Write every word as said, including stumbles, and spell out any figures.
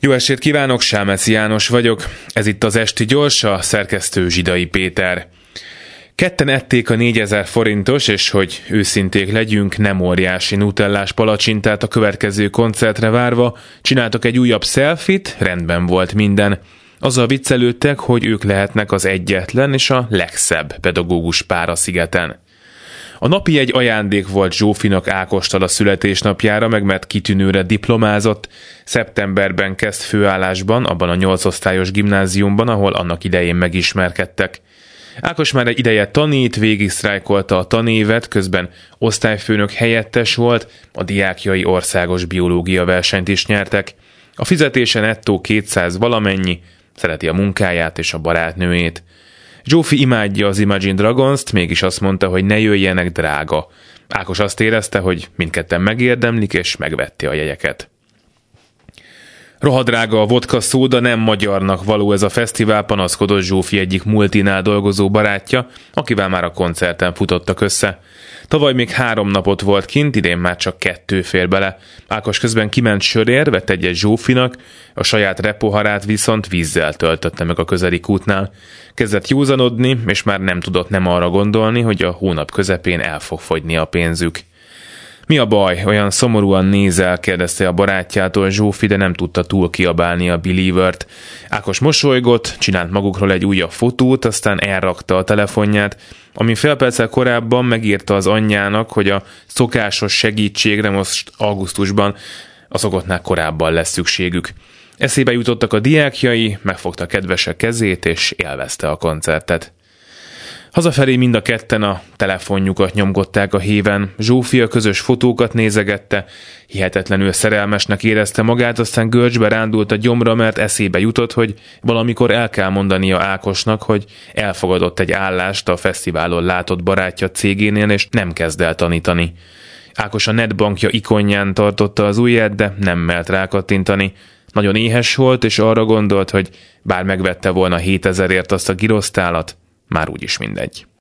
Jó estét kívánok, Sámeci János vagyok. Ez itt az Esti Gyors, a szerkesztő Zsidai Péter. Ketten ették a négyezer forintos, és hogy őszinték legyünk, nem óriási nutellás palacsintát a következő koncertre várva, csináltak egy újabb selfit, rendben volt minden. Azzal viccelődtek, hogy ők lehetnek az egyetlen és a legszebb pedagógus pár a szigeten. A napi egy ajándék volt Zsófinak Ákostal a születésnapjára, meg mert kitűnőre diplomázott. Szeptemberben kezd főállásban, abban a nyolcosztályos gimnáziumban, ahol annak idején megismerkedtek. Ákos már egy ideje tanít, végig sztrájkolta a tanévet, közben osztályfőnök helyettes volt, a diákjai országos biológia versenyt is nyertek. A fizetése nettó kétszáz valamennyi, szereti a munkáját és a barátnőjét. Zsófi imádja az Imagine Dragons-t, mégis azt mondta, hogy ne jöjjenek, drága. Ákos azt érezte, hogy mindketten megérdemlik, és megvette a jegyeket. Rohadrága a vodka szóda, nem magyarnak való ez a fesztivál, panaszkodott Zsófi egyik multinál dolgozó barátja, akivel már a koncerten futottak össze. Tavaly még három napot volt kint, idén már csak kettő fér bele. Ákos közben kiment sörér, vett egyet Zsófinak, a saját repoharát viszont vízzel töltötte meg a közeli kútnál. Kezdett józanodni, és már nem tudott nem arra gondolni, hogy a hónap közepén el fog fogyni a pénzük. Mi a baj? Olyan szomorúan nézel, kérdezte a barátjától Zsófi, de nem tudta túl kiabálni a Believer-t. Ákos mosolygott, csinált magukról egy újabb fotót, aztán elrakta a telefonját, ami fél perccel korábban megírta az anyjának, hogy a szokásos segítségre most augusztusban a szokottnál korábban lesz szükségük. Eszébe jutottak a diákjai, megfogta kedvese kezét és élvezte a koncertet. Hazafelé mind a ketten a telefonjukat nyomkodták a héven, Zsófi a közös fotókat nézegette, hihetetlenül szerelmesnek érezte magát, aztán görcsbe rándult a gyomra, mert eszébe jutott, hogy valamikor el kell mondania Ákosnak, hogy elfogadott egy állást a fesztiválon látott barátja cégénél, és nem kezd el tanítani. Ákos a netbankja ikonján tartotta az ujját, de nem mert rákattintani. Nagyon éhes volt, és arra gondolt, hogy bár megvette volna hétezerért azt a girosztálat, már úgyis mindegy.